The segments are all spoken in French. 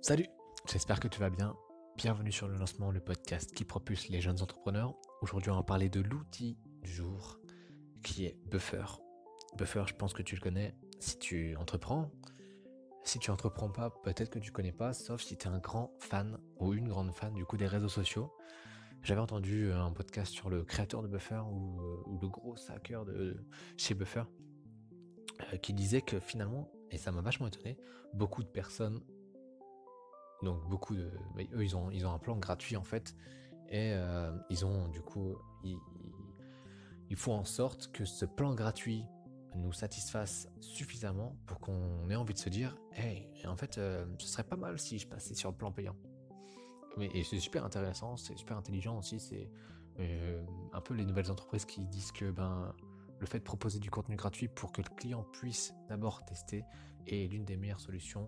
Salut, j'espère que tu vas bien. Bienvenue sur le lancement, le podcast qui propulse les jeunes entrepreneurs. Aujourd'hui, on va parler de l'outil du jour qui est Buffer. Buffer, je pense que tu le connais si tu entreprends. Si tu entreprends pas, peut-être que tu connais pas, sauf si tu es un grand fan ou une grande fan du coup des réseaux sociaux. J'avais entendu un podcast sur le créateur de Buffer ou le gros hacker de chez Buffer qui disait que finalement, et ça m'a vachement étonné, beaucoup de personnes. Donc eux ils ont un plan gratuit en fait et ils ont du coup ils font en sorte que ce plan gratuit nous satisfasse suffisamment pour qu'on ait envie de se dire hey en fait ce serait pas mal si je passais sur le plan payant. Et c'est super intéressant, c'est super intelligent aussi, c'est un peu les nouvelles entreprises qui disent que le fait de proposer du contenu gratuit pour que le client puisse d'abord tester est l'une des meilleures solutions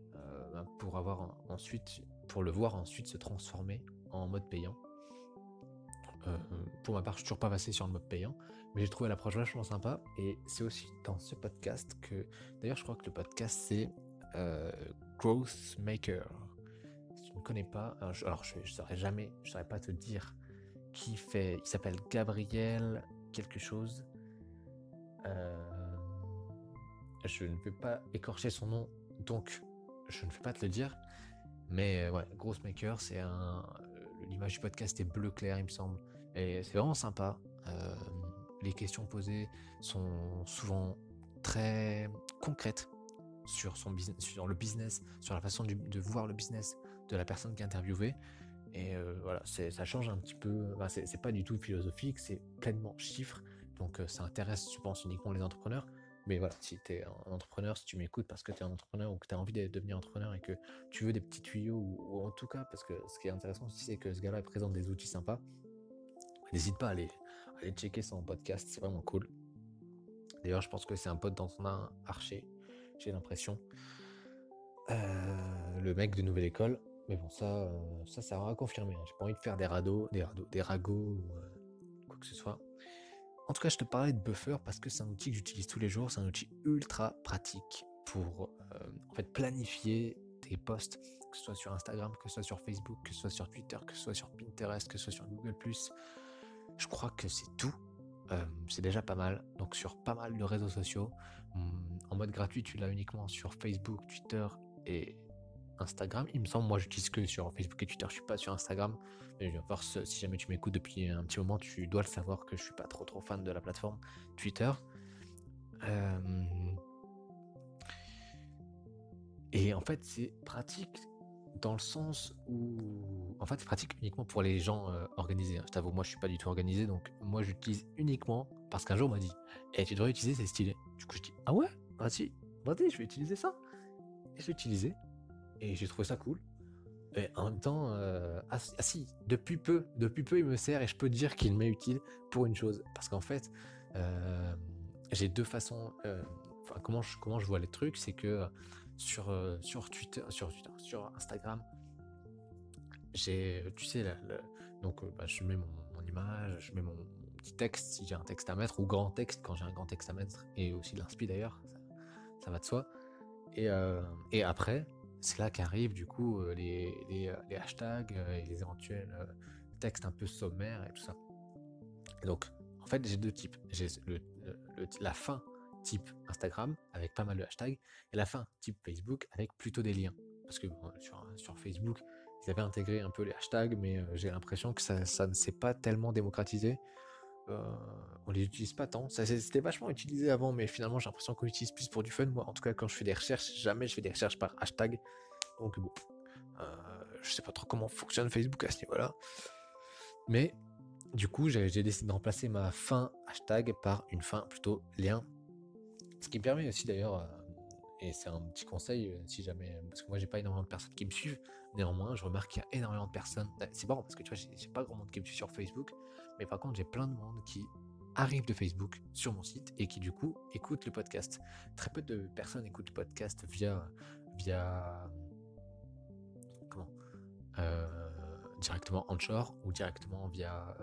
pour le voir ensuite se transformer en mode payant. Pour ma part, je suis toujours pas passé sur le mode payant, mais j'ai trouvé l'approche vachement sympa. Et c'est aussi dans ce podcast que, d'ailleurs, je crois que le podcast c'est euh, Growth Maker. Si tu ne connais pas, je saurais pas te dire qui fait. Il s'appelle Gabriel quelque chose. Euh, je ne peux pas écorcher son nom, donc je ne vais pas te le dire. Mais ouais, Grossmaker, l'image du podcast est bleu clair, il me semble. Et c'est vraiment sympa. Les questions posées sont souvent très concrètes sur le business, sur la façon de voir le business de la personne qui est interviewée. Et voilà, ça change un petit peu. C'est pas du tout philosophique, c'est pleinement chiffres. Donc ça intéresse, je pense, uniquement les entrepreneurs. Mais voilà, si tu es un entrepreneur, si tu m'écoutes parce que tu es un entrepreneur ou que tu as envie de devenir entrepreneur et que tu veux des petits tuyaux, ou en tout cas, parce que ce qui est intéressant aussi, c'est que ce gars-là présente des outils sympas, n'hésite pas à aller checker son podcast, c'est vraiment cool. D'ailleurs, je pense que c'est un pote d'Antonin Archer, j'ai l'impression. Le mec de Nouvelle École. Mais bon, ça sera à confirmer, hein. J'ai pas envie de faire des ragots ou quoi que ce soit. En tout cas, je te parlais de Buffer parce que c'est un outil que j'utilise tous les jours. C'est un outil ultra pratique pour en fait planifier tes posts, que ce soit sur Instagram, que ce soit sur Facebook, que ce soit sur Twitter, que ce soit sur Pinterest, que ce soit sur Google+. Je crois que c'est tout. C'est déjà pas mal. Donc sur pas mal de réseaux sociaux. En mode gratuit, tu l'as uniquement sur Facebook, Twitter et Instagram. Il me semble, moi j'utilise que sur Facebook et Twitter, je suis pas sur Instagram. Mais à force, si jamais tu m'écoutes depuis un petit moment, tu dois le savoir que je suis pas trop fan de la plateforme Twitter. Euh, et en fait, c'est pratique dans le sens où, en fait, c'est pratique uniquement pour les gens organisés, hein. Je t'avoue, moi je suis pas du tout organisé, donc moi j'utilise uniquement parce qu'un jour on m'a dit eh, tu devrais utiliser, c'est stylé. Du coup je dis ah ouais, vas-y, je vais utiliser ça. Et je l'ai utilisé et j'ai trouvé ça cool. Et en même temps, si, depuis peu, il me sert et je peux te dire qu'il m'est utile pour une chose. Parce qu'en fait, j'ai deux façons. Comment je vois les trucs, c'est que sur Twitter, sur Instagram, j'ai, tu sais, donc je mets mon image, je mets mon petit texte si j'ai un texte à mettre, ou grand texte quand j'ai un grand texte à mettre, et aussi de l'inspi d'ailleurs, ça va de soi. Et après, c'est là qu'arrivent du coup les hashtags et les éventuels textes un peu sommaires et tout ça. Et donc, en fait, j'ai deux types. J'ai la fin type Instagram avec pas mal de hashtags et la fin type Facebook avec plutôt des liens. Parce que bon, sur Facebook, ils avaient intégré un peu les hashtags, mais j'ai l'impression que ça ne s'est pas tellement démocratisé. On les utilise pas tant. C'était vachement utilisé avant, mais finalement j'ai l'impression qu'on l'utilise plus pour du fun. Moi, en tout cas, quand je fais des recherches, jamais je fais des recherches par hashtag. Donc bon, je sais pas trop comment fonctionne Facebook à ce niveau-là. Mais du coup, j'ai décidé de remplacer ma fin hashtag par une fin plutôt lien. Ce qui me permet aussi d'ailleurs, et c'est un petit conseil, si jamais, parce que moi j'ai pas énormément de personnes qui me suivent, néanmoins je remarque qu'il y a énormément de personnes, c'est marrant parce que tu vois, j'ai pas grand monde qui me suit sur Facebook, mais par contre j'ai plein de monde qui arrive de Facebook sur mon site et qui du coup écoute le podcast. Très peu de personnes écoutent le podcast via comment directement Anchor ou directement via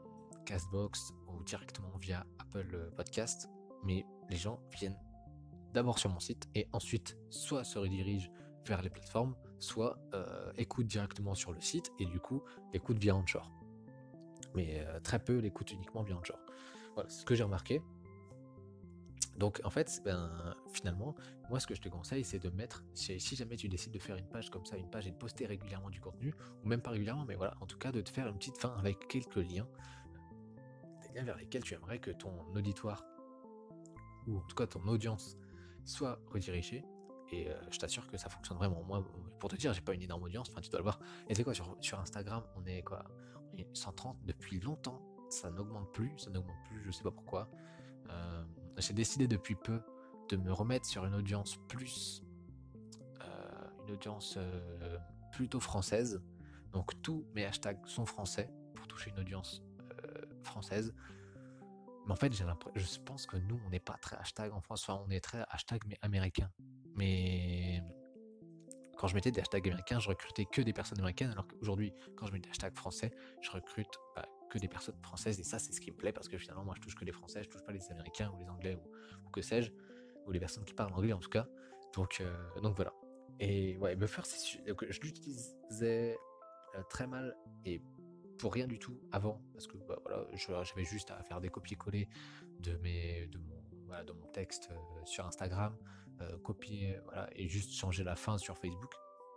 Castbox ou directement via Apple Podcast, mais les gens viennent d'abord sur mon site et ensuite soit se redirige vers les plateformes, soit écoute directement sur le site et du coup l'écoute via Anchor. Mais très peu l'écoute uniquement via Anchor. Voilà, c'est ce que j'ai remarqué. Donc en fait, finalement, moi ce que je te conseille, c'est de mettre, si jamais tu décides de faire une page comme ça, une page et de poster régulièrement du contenu, ou même pas régulièrement, mais voilà, en tout cas de te faire une petite fin avec quelques liens, des liens vers lesquels tu aimerais que ton auditoire, ou en tout cas ton audience, soit redirigée. Et je t'assure que ça fonctionne vraiment. Moi, pour te dire, j'ai pas une énorme audience, enfin tu dois le voir. Et c'est quoi, sur Instagram, on est 130 depuis longtemps, ça n'augmente plus, je sais pas pourquoi. J'ai décidé depuis peu de me remettre sur une audience plutôt française. Donc tous mes hashtags sont français pour toucher une audience française. Mais en fait, je pense que nous, on n'est pas très hashtag en France. Enfin, on est très hashtag mais américain. Mais quand je mettais des hashtags américains, je recrutais que des personnes américaines, alors qu'aujourd'hui, quand je mets des hashtags français, je recrute que des personnes françaises, et ça, c'est ce qui me plaît, parce que finalement, moi, je touche que les Français, je touche pas les Américains ou les Anglais ou que sais-je, ou les personnes qui parlent anglais en tout cas. Donc voilà. Et ouais, Buffer, je l'utilisais très mal et pour rien du tout avant, parce que voilà, j'avais juste à faire des copier-coller de mon texte sur Instagram, copier, voilà, et juste changer la fin sur Facebook.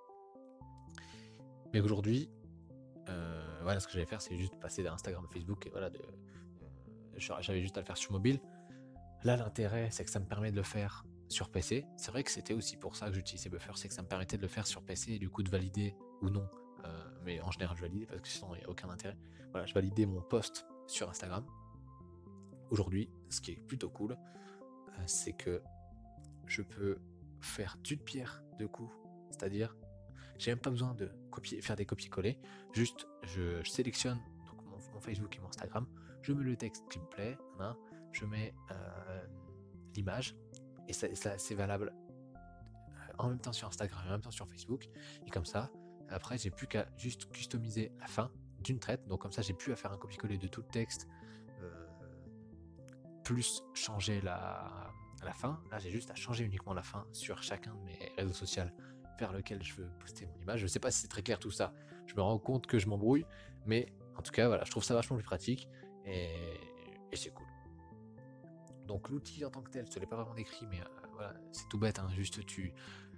Mais aujourd'hui, voilà, ce que j'allais faire, c'est juste passer d'Instagram à Facebook, et voilà, j'avais juste à le faire sur mobile. Là, l'intérêt, c'est que ça me permet de le faire sur PC. C'est vrai que c'était aussi pour ça que j'utilisais Buffer, c'est que ça me permettait de le faire sur PC et du coup de valider ou non. Mais en général, je validais parce que sinon, il n'y a aucun intérêt. Voilà, je validais mon post sur Instagram. Aujourd'hui, ce qui est plutôt cool, c'est que je peux faire d'une pierre deux coups. C'est-à-dire, j'ai même pas besoin de faire des copier-coller. Juste, je sélectionne donc mon Facebook et mon Instagram. Je mets le texte qui me plaît. Je mets l'image. Et ça c'est valable en même temps sur Instagram et en même temps sur Facebook. Et comme ça, après, j'ai plus qu'à juste customiser la fin d'une traite. Donc comme ça, j'ai plus à faire un copier-coller de tout le texte, plus changer la fin. Là, j'ai juste à changer uniquement la fin sur chacun de mes réseaux sociaux vers lequel je veux poster mon image. Je sais pas si c'est très clair tout ça. Je me rends compte que je m'embrouille, mais en tout cas, voilà, je trouve ça vachement plus pratique et c'est cool. Donc l'outil en tant que tel, je te l'ai pas vraiment décrit, mais voilà, c'est tout bête, hein, juste tu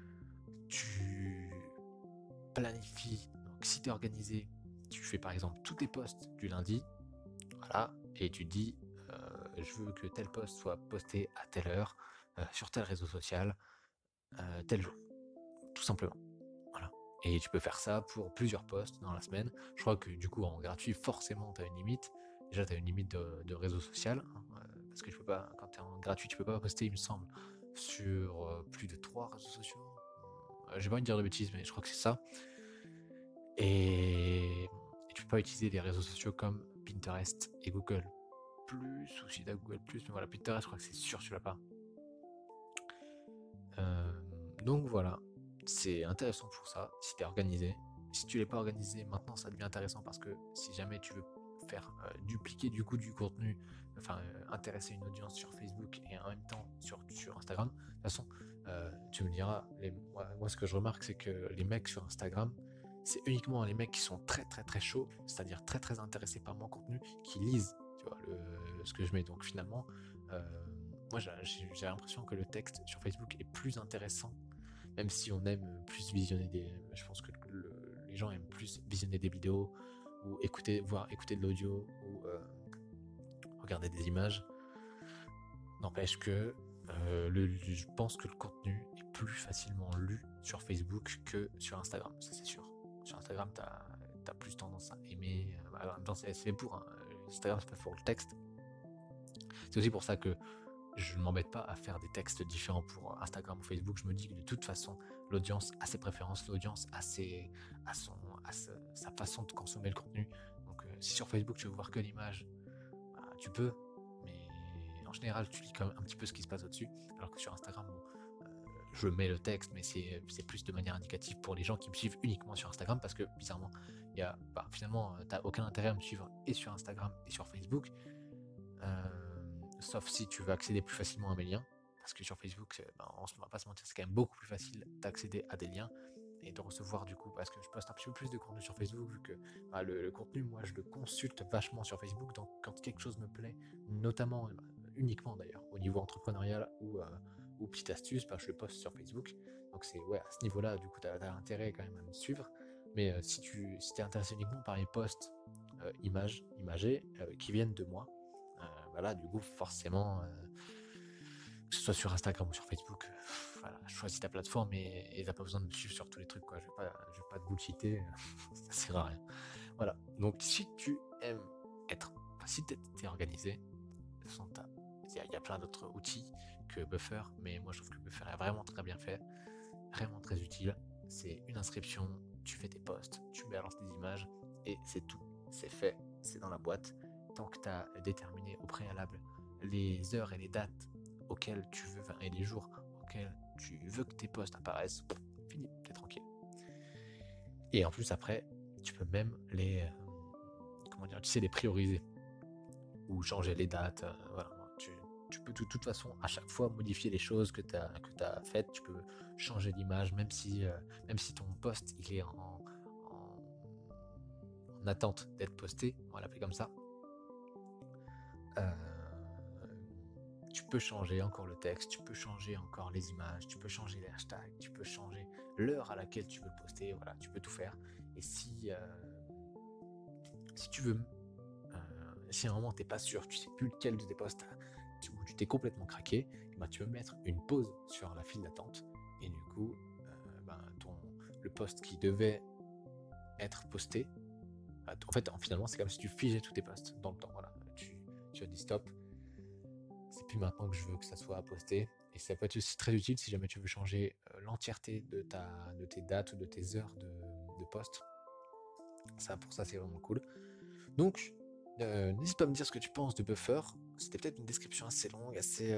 planifies. Donc si tu es organisé, tu fais par exemple tous tes posts du lundi, voilà, et tu dis je veux que tel post soit posté à telle heure, sur tel réseau social, tel jour, tout simplement. Voilà. Et tu peux faire ça pour plusieurs posts dans la semaine. Je crois que du coup en gratuit, forcément tu as une limite. Déjà tu as une limite de réseau social, hein, parce que quand tu es en gratuit, tu peux pas poster, il me semble, sur plus de 3 réseaux sociaux. J'ai pas envie de dire de bêtises, mais je crois que c'est ça. Et tu peux pas utiliser des réseaux sociaux comme Pinterest et Google Plus, ou si t'as Google Plus, mais voilà, Pinterest, je crois que c'est sûr tu l'as pas. Donc voilà, c'est intéressant pour ça, si t'es organisé. Si tu l'es pas organisé, maintenant ça devient intéressant parce que si jamais tu veux faire dupliquer du coup du contenu, enfin intéresser une audience sur Facebook et en même temps sur Instagram, de toute façon, tu me diras, moi ce que je remarque c'est que les mecs sur Instagram, c'est uniquement les mecs qui sont très très très chauds, c'est-à-dire très très intéressés par mon contenu, qui lisent, tu vois, ce que je mets. Donc finalement, moi j'ai l'impression que le texte sur Facebook est plus intéressant, même si on aime plus visionner je pense que les gens aiment plus visionner des vidéos ou écouter de l'audio ou regarder des images. N'empêche que je pense que le contenu est plus facilement lu sur Facebook que sur Instagram, ça c'est sûr. Sur Instagram, t'as plus tendance à aimer. C'est fait pour, hein. Instagram, c'est pas pour le texte. C'est aussi pour ça que je ne m'embête pas à faire des textes différents pour Instagram ou Facebook. Je me dis que de toute façon, l'audience a ses préférences, l'audience a sa façon de consommer le contenu. Donc si sur Facebook tu veux voir que l'image, tu peux, mais en général tu lis quand même un petit peu ce qui se passe au-dessus. Alors que sur Instagram, je mets le texte, mais c'est plus de manière indicative pour les gens qui me suivent uniquement sur Instagram, parce que bizarrement, finalement, t'as aucun intérêt à me suivre et sur Instagram et sur Facebook. Sauf si tu veux accéder plus facilement à mes liens, parce que sur Facebook, on va pas se mentir, c'est quand même beaucoup plus facile d'accéder à des liens et de recevoir du coup, parce que je poste un petit peu plus de contenu sur Facebook, vu que le contenu, moi, je le consulte vachement sur Facebook, donc quand quelque chose me plaît, notamment, uniquement d'ailleurs, au niveau entrepreneurial ou petite astuce, je le poste sur Facebook. Donc c'est ouais, à ce niveau-là, du coup, tu as intérêt quand même à me suivre. Mais si tu es intéressé uniquement par les posts imagés qui viennent de moi, voilà, du coup, forcément, que ce soit sur Instagram ou sur Facebook, voilà, choisis ta plateforme et t'as pas besoin de me suivre sur tous les trucs, quoi. Je vais pas te bullshiter, ça sert à rien. Voilà. Donc, si tu aimes si t'es organisé, de toute façon, il y a plein d'autres outils que Buffer, mais moi je trouve que Buffer est vraiment très bien fait, vraiment très utile. C'est une inscription, tu fais tes posts, tu balances des images et c'est tout. C'est fait, c'est dans la boîte. Tant que tu as déterminé au préalable les heures et les dates auxquelles tu veux, et les jours auxquels tu veux que tes posts apparaissent, fini, t'es tranquille. Et en plus après, tu peux même comment dire, tu sais, les prioriser ou changer les dates. Voilà. Tu peux de toute façon à chaque fois modifier les choses que tu as faites. Tu peux changer l'image, même si ton post il est en attente d'être posté, on va l'appeler comme ça. Euh, tu peux changer encore le texte, tu peux changer encore les images, tu peux changer les hashtags, tu peux changer l'heure à laquelle tu veux le poster. Voilà, tu peux tout faire. Et si tu veux, si à un moment t'es pas sûr, tu sais plus lequel de tes posts où tu t'es complètement craqué, tu peux mettre une pause sur la file d'attente et du coup, le post qui devait être posté, en fait, finalement, c'est comme si tu figeais tous tes posts dans le temps. Voilà, tu as dit stop, c'est plus maintenant que je veux que ça soit posté. Et ça peut être aussi très utile si jamais tu veux changer l'entièreté de tes dates ou de tes heures de post. Pour ça, c'est vraiment cool. Donc, n'hésite pas à me dire ce que tu penses de Buffer. C'était peut-être une description assez longue,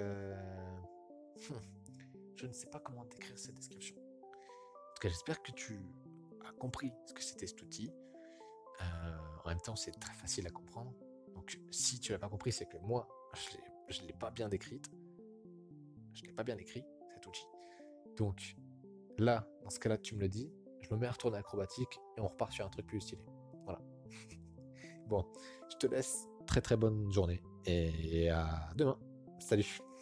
je ne sais pas comment décrire cette description. En tout cas, j'espère que tu as compris ce que c'était cet outil. En même temps, c'est très facile à comprendre. Donc, si tu l'as pas compris, c'est que moi, je l'ai pas bien décrite. Je l'ai pas bien écrit, cet outil. Donc, là, dans ce cas-là, tu me le dis. Je me mets à retourner acrobatique et on repart sur un truc plus stylé. Voilà. Bon, je te laisse. Très très bonne journée et à demain. Salut.